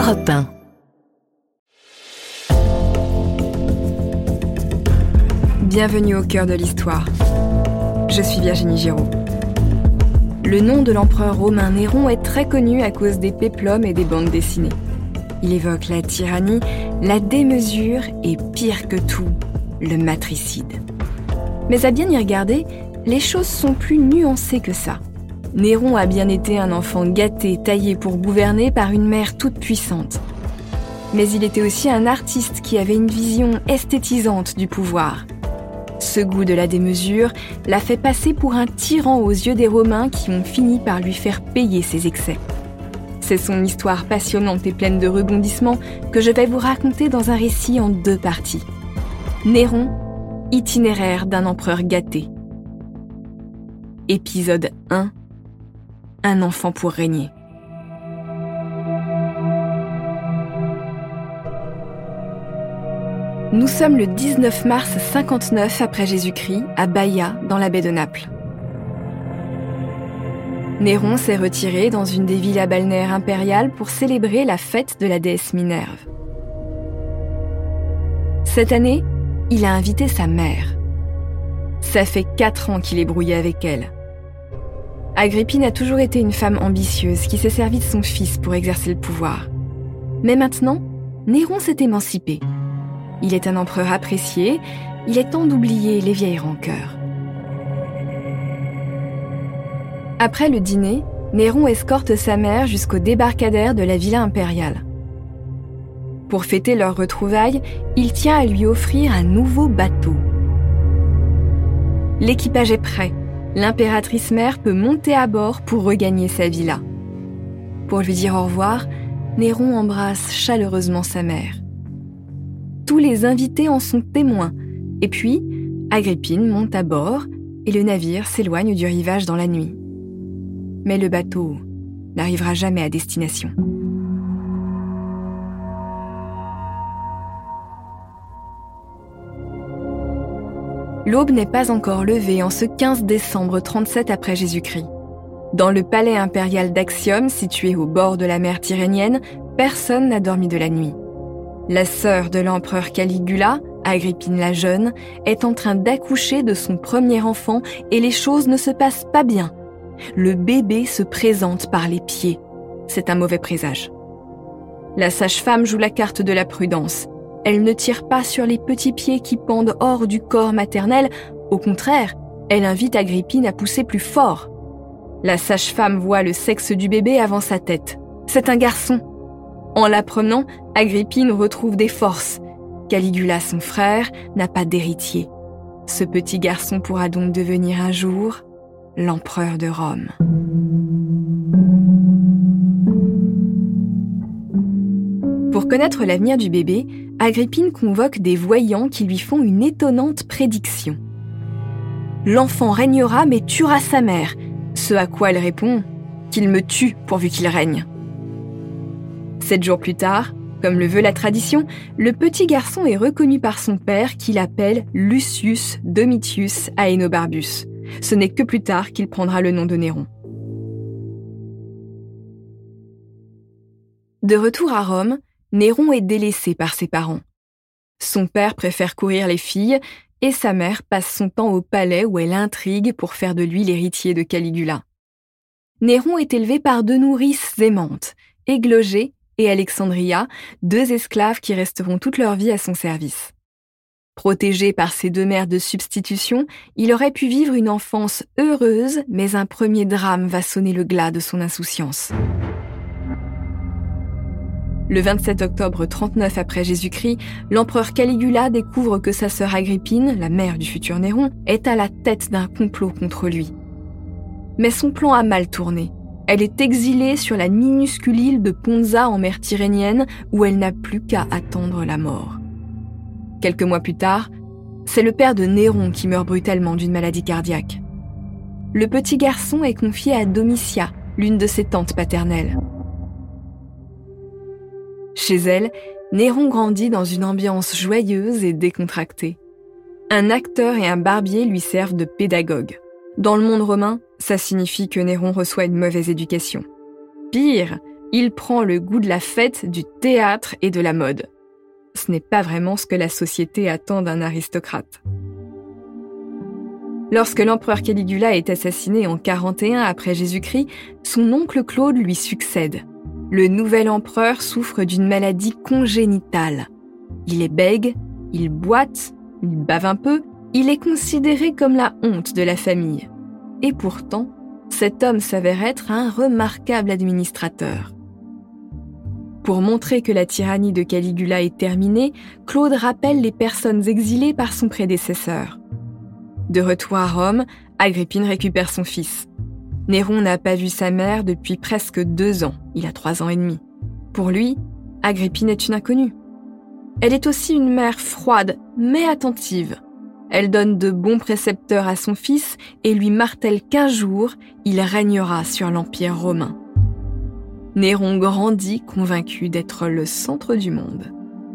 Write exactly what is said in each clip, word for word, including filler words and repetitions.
Europe un. Bienvenue au cœur de l'histoire. Je suis Virginie Giraud. Le nom de l'empereur romain Néron est très connu à cause des péplums et des bandes dessinées. Il évoque la tyrannie, la démesure et, pire que tout, le matricide. Mais à bien y regarder, les choses sont plus nuancées que ça. Néron a bien été un enfant gâté, taillé pour gouverner par une mère toute puissante. Mais il était aussi un artiste qui avait une vision esthétisante du pouvoir. Ce goût de la démesure l'a fait passer pour un tyran aux yeux des Romains qui ont fini par lui faire payer ses excès. C'est son histoire passionnante et pleine de rebondissements que je vais vous raconter dans un récit en deux parties. Néron, itinéraire d'un empereur gâté. Épisode un. Un enfant pour régner. Nous sommes le dix-neuf mars cinquante-neuf après Jésus-Christ, à Baïa, dans la baie de Naples. Néron s'est retiré dans une des villas balnéaires impériales pour célébrer la fête de la déesse Minerve. Cette année, il a invité sa mère. Ça fait quatre ans qu'il est brouillé avec elle. Agrippine a toujours été une femme ambitieuse qui s'est servie de son fils pour exercer le pouvoir. Mais maintenant, Néron s'est émancipé. Il est un empereur apprécié, il est temps d'oublier les vieilles rancœurs. Après le dîner, Néron escorte sa mère jusqu'au débarcadère de la villa impériale. Pour fêter leur retrouvailles, il tient à lui offrir un nouveau bateau. L'équipage est prêt. L'impératrice mère peut monter à bord pour regagner sa villa. Pour lui dire au revoir, Néron embrasse chaleureusement sa mère. Tous les invités en sont témoins. Et puis, Agrippine monte à bord et le navire s'éloigne du rivage dans la nuit. Mais le bateau n'arrivera jamais à destination. L'aube n'est pas encore levée en ce quinze décembre trente-sept après Jésus-Christ. Dans le palais impérial d'Axium, situé au bord de la mer Tyrrhénienne, personne n'a dormi de la nuit. La sœur de l'empereur Caligula, Agrippine la jeune, est en train d'accoucher de son premier enfant et les choses ne se passent pas bien. Le bébé se présente par les pieds. C'est un mauvais présage. La sage-femme joue la carte de la prudence. Elle ne tire pas sur les petits pieds qui pendent hors du corps maternel. Au contraire, elle invite Agrippine à pousser plus fort. La sage-femme voit le sexe du bébé avant sa tête. C'est un garçon. En l'apprenant, Agrippine retrouve des forces. Caligula, son frère, n'a pas d'héritier. Ce petit garçon pourra donc devenir un jour l'empereur de Rome. Pour connaître l'avenir du bébé, Agrippine convoque des voyants qui lui font une étonnante prédiction. L'enfant régnera mais tuera sa mère, ce à quoi elle répond qu'il me tue pourvu qu'il règne. Sept jours plus tard, comme le veut la tradition, le petit garçon est reconnu par son père qui l'appelle Lucius Domitius Aenobarbus. Ce n'est que plus tard qu'il prendra le nom de Néron. De retour à Rome, Néron est délaissé par ses parents. Son père préfère courir les filles et sa mère passe son temps au palais où elle intrigue pour faire de lui l'héritier de Caligula. Néron est élevé par deux nourrices aimantes, Églogée et Alexandria, deux esclaves qui resteront toute leur vie à son service. Protégé par ses deux mères de substitution, il aurait pu vivre une enfance heureuse, mais un premier drame va sonner le glas de son insouciance. Le vingt-sept octobre trente-neuf après Jésus-Christ, l'empereur Caligula découvre que sa sœur Agrippine, la mère du futur Néron, est à la tête d'un complot contre lui. Mais son plan a mal tourné. Elle est exilée sur la minuscule île de Ponza en mer Tyrrhénienne où elle n'a plus qu'à attendre la mort. Quelques mois plus tard, c'est le père de Néron qui meurt brutalement d'une maladie cardiaque. Le petit garçon est confié à Domitia, l'une de ses tantes paternelles. Chez elle, Néron grandit dans une ambiance joyeuse et décontractée. Un acteur et un barbier lui servent de pédagogue. Dans le monde romain, ça signifie que Néron reçoit une mauvaise éducation. Pire, Il prend le goût de la fête, du théâtre et de la mode. Ce n'est pas vraiment ce que la société attend d'un aristocrate. Lorsque l'empereur Caligula est assassiné en quarante et un après Jésus-Christ, son oncle Claude lui succède. Le nouvel empereur souffre d'une maladie congénitale. Il est bègue, il boite, il bave un peu, il est considéré comme la honte de la famille. Et pourtant, cet homme s'avère être un remarquable administrateur. Pour montrer que la tyrannie de Caligula est terminée, Claude rappelle les personnes exilées par son prédécesseur. De retour à Rome, Agrippine récupère son fils. Néron n'a pas vu sa mère depuis presque deux ans, il a trois ans et demi. Pour lui, Agrippine est une inconnue. Elle est aussi une mère froide, mais attentive. Elle donne de bons précepteurs à son fils et lui martèle qu'un jour, il régnera sur l'Empire romain. Néron grandit convaincu d'être le centre du monde.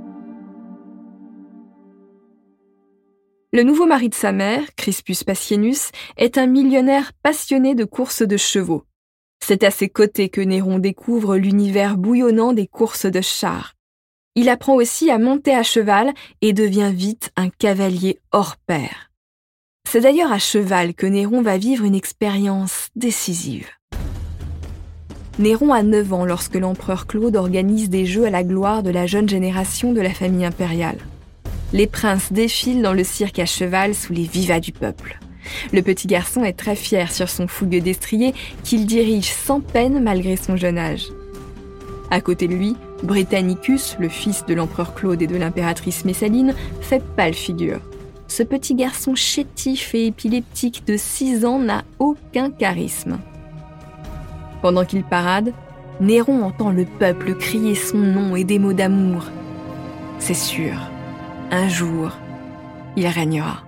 Le nouveau mari de sa mère, Crispus Passienus, est un millionnaire passionné de courses de chevaux. C'est à ses côtés que Néron découvre l'univers bouillonnant des courses de chars. Il apprend aussi à monter à cheval et devient vite un cavalier hors pair. C'est d'ailleurs à cheval que Néron va vivre une expérience décisive. Néron a neuf ans lorsque l'empereur Claude organise des jeux à la gloire de la jeune génération de la famille impériale. Les princes défilent dans le cirque à cheval sous les vivas du peuple. Le petit garçon est très fier sur son fougueux destrier qu'il dirige sans peine malgré son jeune âge. À côté de lui, Britannicus, le fils de l'empereur Claude et de l'impératrice Messaline, fait pâle figure. Ce petit garçon chétif et épileptique de six ans n'a aucun charisme. Pendant qu'il parade, Néron entend le peuple crier son nom et des mots d'amour. C'est sûr, un jour, il régnera.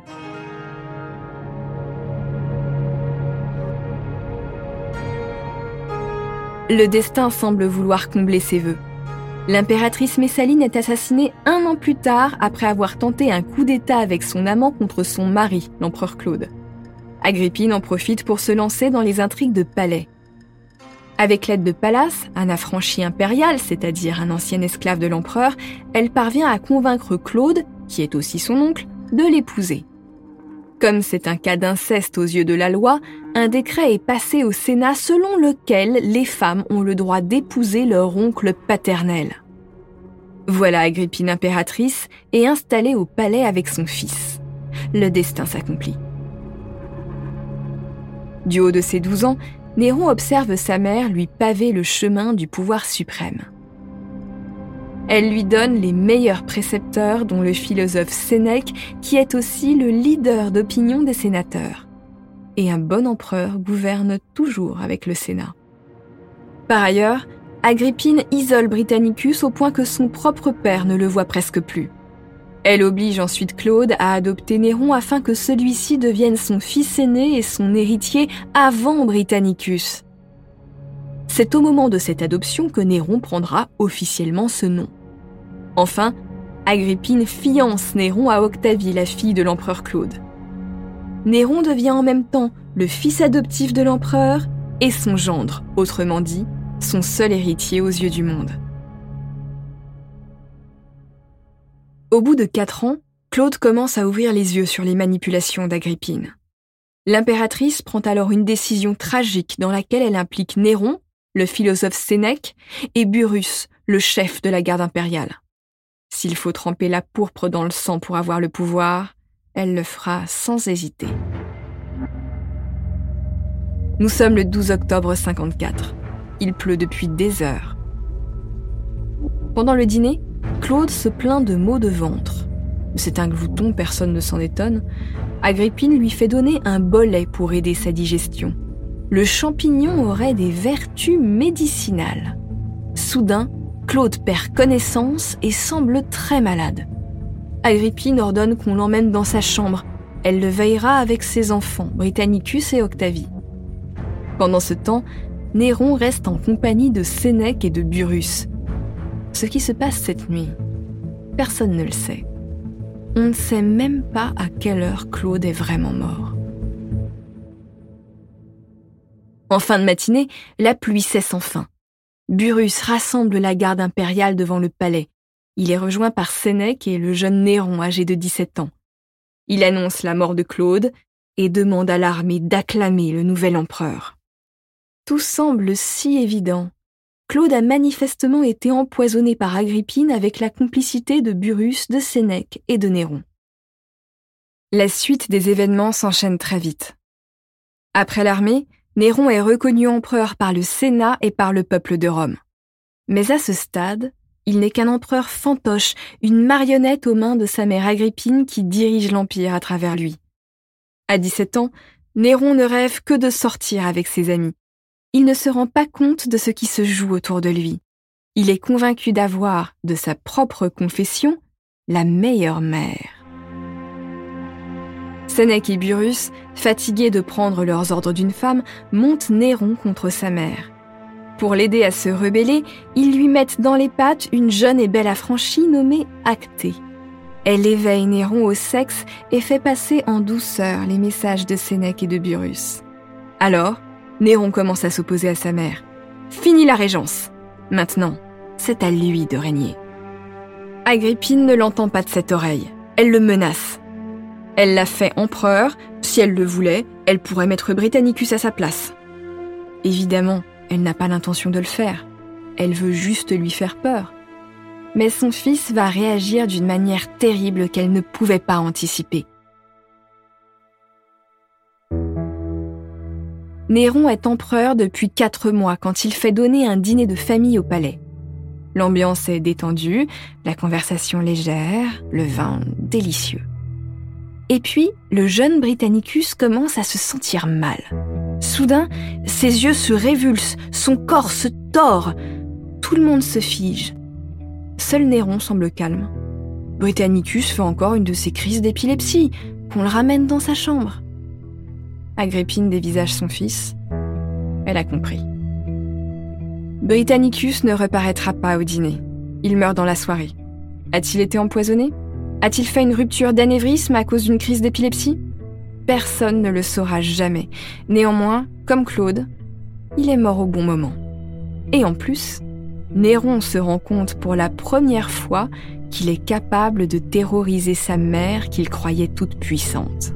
Le destin semble vouloir combler ses vœux. L'impératrice Messaline est assassinée un an plus tard après avoir tenté un coup d'État avec son amant contre son mari, l'empereur Claude. Agrippine en profite pour se lancer dans les intrigues de palais. Avec l'aide de Pallas, un affranchi impérial, c'est-à-dire un ancien esclave de l'empereur, elle parvient à convaincre Claude, qui est aussi son oncle, de l'épouser. Comme c'est un cas d'inceste aux yeux de la loi, un décret est passé au Sénat selon lequel les femmes ont le droit d'épouser leur oncle paternel. Voilà Agrippine impératrice et installée au palais avec son fils. Le destin s'accomplit. Du haut de ses douze ans, Néron observe sa mère lui paver le chemin du pouvoir suprême. Elle lui donne les meilleurs précepteurs, dont le philosophe Sénèque, qui est aussi le leader d'opinion des sénateurs. Et un bon empereur gouverne toujours avec le Sénat. Par ailleurs, Agrippine isole Britannicus au point que son propre père ne le voit presque plus. Elle oblige ensuite Claude à adopter Néron afin que celui-ci devienne son fils aîné et son héritier avant Britannicus. C'est au moment de cette adoption que Néron prendra officiellement ce nom. Enfin, Agrippine fiance Néron à Octavie, la fille de l'empereur Claude. Néron devient en même temps le fils adoptif de l'empereur et son gendre, autrement dit, son seul héritier aux yeux du monde. Au bout de quatre ans, Claude commence à ouvrir les yeux sur les manipulations d'Agrippine. L'impératrice prend alors une décision tragique dans laquelle elle implique Néron, le philosophe Sénèque, et Burrus, le chef de la garde impériale. S'il faut tremper la pourpre dans le sang pour avoir le pouvoir, elle le fera sans hésiter. Nous sommes le douze octobre cinquante-quatre. Il pleut depuis des heures. Pendant le dîner, Claude se plaint de maux de ventre. C'est un glouton, personne ne s'en étonne. Agrippine lui fait donner un bolet pour aider sa digestion. Le champignon aurait des vertus médicinales. Soudain, Claude perd connaissance et semble très malade. Agrippine ordonne qu'on l'emmène dans sa chambre. Elle le veillera avec ses enfants, Britannicus et Octavie. Pendant ce temps, Néron reste en compagnie de Sénèque et de Burrus. Ce qui se passe cette nuit, personne ne le sait. On ne sait même pas à quelle heure Claude est vraiment mort. En fin de matinée, la pluie cesse enfin. Burrus rassemble la garde impériale devant le palais. Il est rejoint par Sénèque et le jeune Néron âgé de dix-sept ans. Il annonce la mort de Claude et demande à l'armée d'acclamer le nouvel empereur. Tout semble si évident. Claude a manifestement été empoisonné par Agrippine avec la complicité de Burrus, de Sénèque et de Néron. La suite des événements s'enchaîne très vite. Après l'armée, Néron est reconnu empereur par le Sénat et par le peuple de Rome. Mais à ce stade, il n'est qu'un empereur fantoche, une marionnette aux mains de sa mère Agrippine qui dirige l'empire à travers lui. À dix-sept ans, Néron ne rêve que de sortir avec ses amis. Il ne se rend pas compte de ce qui se joue autour de lui. Il est convaincu d'avoir, de sa propre confession, la meilleure mère. Sénèque et Burrus, fatigués de prendre leurs ordres d'une femme, montent Néron contre sa mère. Pour l'aider à se rebeller, ils lui mettent dans les pattes une jeune et belle affranchie nommée Actée. Elle éveille Néron au sexe et fait passer en douceur les messages de Sénèque et de Burrus. Alors, Néron commence à s'opposer à sa mère. Fini la régence. Maintenant, c'est à lui de régner. Agrippine ne l'entend pas de cette oreille. Elle le menace. Elle l'a fait empereur. Si elle le voulait, elle pourrait mettre Britannicus à sa place. Évidemment, elle n'a pas l'intention de le faire. Elle veut juste lui faire peur. Mais son fils va réagir d'une manière terrible qu'elle ne pouvait pas anticiper. Néron est empereur depuis quatre mois quand il fait donner un dîner de famille au palais. L'ambiance est détendue, la conversation légère, le vin délicieux. Et puis, le jeune Britannicus commence à se sentir mal. Soudain, ses yeux se révulsent, son corps se tord. Tout le monde se fige. Seul Néron semble calme. Britannicus fait encore une de ses crises d'épilepsie, qu'on le ramène dans sa chambre. Agrippine dévisage son fils. Elle a compris. Britannicus ne reparaîtra pas au dîner. Il meurt dans la soirée. A-t-il été empoisonné ? A-t-il fait une rupture d'anévrisme à cause d'une crise d'épilepsie ? Personne ne le saura jamais. Néanmoins, comme Claude, il est mort au bon moment. Et en plus, Néron se rend compte pour la première fois qu'il est capable de terroriser sa mère qu'il croyait toute puissante.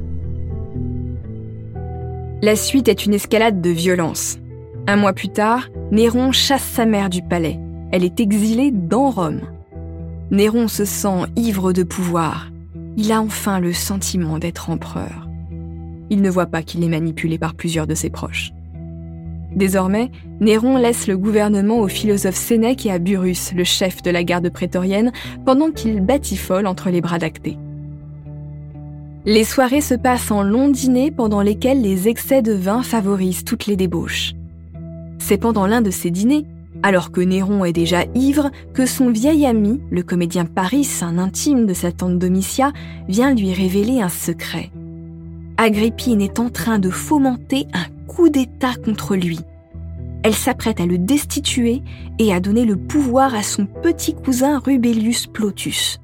La suite est une escalade de violence. Un mois plus tard, Néron chasse sa mère du palais. Elle est exilée dans Rome. Néron se sent ivre de pouvoir. Il a enfin le sentiment d'être empereur. Il ne voit pas qu'il est manipulé par plusieurs de ses proches. Désormais, Néron laisse le gouvernement au philosophe Sénèque et à Burrus, le chef de la garde prétorienne, pendant qu'il batifole entre les bras d'Actée. Les soirées se passent en longs dîners pendant lesquels les excès de vin favorisent toutes les débauches. C'est pendant l'un de ces dîners, alors que Néron est déjà ivre, que son vieil ami, le comédien Paris, un intime de sa tante Domitia, vient lui révéler un secret. Agrippine est en train de fomenter un coup d'État contre lui. Elle s'apprête à le destituer et à donner le pouvoir à son petit cousin Rubellius Plautus.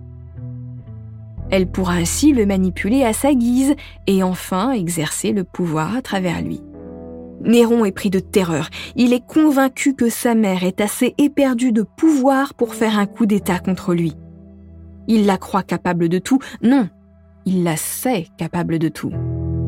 Elle pourra ainsi le manipuler à sa guise et enfin exercer le pouvoir à travers lui. Néron est pris de terreur. Il est convaincu que sa mère est assez éperdue de pouvoir pour faire un coup d'État contre lui. Il la croit capable de tout. Non, il la sait capable de tout.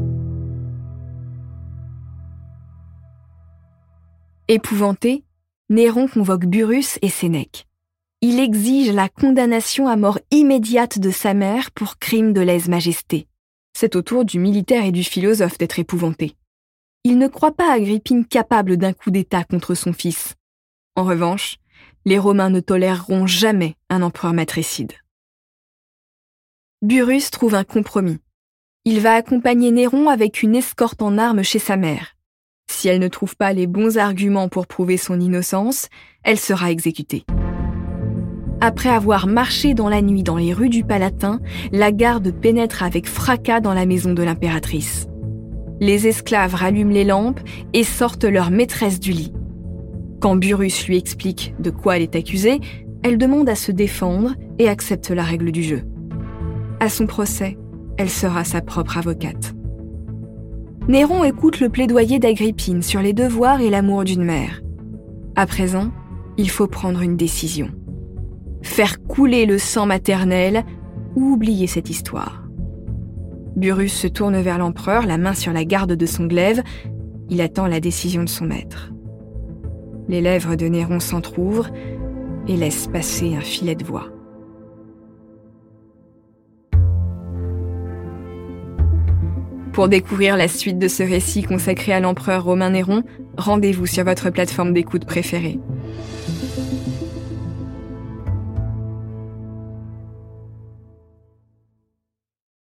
Épouvanté, Néron convoque Burrus et Sénèque. Il exige la condamnation à mort immédiate de sa mère pour crime de lèse-majesté. C'est au tour du militaire et du philosophe d'être épouvanté. Il ne croit pas Agrippine capable d'un coup d'État contre son fils. En revanche, les Romains ne toléreront jamais un empereur matricide. Burrus trouve un compromis. Il va accompagner Néron avec une escorte en armes chez sa mère. Si elle ne trouve pas les bons arguments pour prouver son innocence, elle sera exécutée. Après avoir marché dans la nuit dans les rues du Palatin, la garde pénètre avec fracas dans la maison de l'impératrice. Les esclaves rallument les lampes et sortent leur maîtresse du lit. Quand Burrus lui explique de quoi elle est accusée, elle demande à se défendre et accepte la règle du jeu. À son procès, elle sera sa propre avocate. Néron écoute le plaidoyer d'Agrippine sur les devoirs et l'amour d'une mère. À présent, Il faut prendre une décision. Faire couler le sang maternel ou oublier cette histoire. Burrus se tourne vers l'empereur, la main sur la garde de son glaive. Il attend la décision de son maître. Les lèvres de Néron s'entr'ouvrent et laissent passer un filet de voix. Pour découvrir la suite de ce récit consacré à l'empereur romain Néron, rendez-vous sur votre plateforme d'écoute préférée.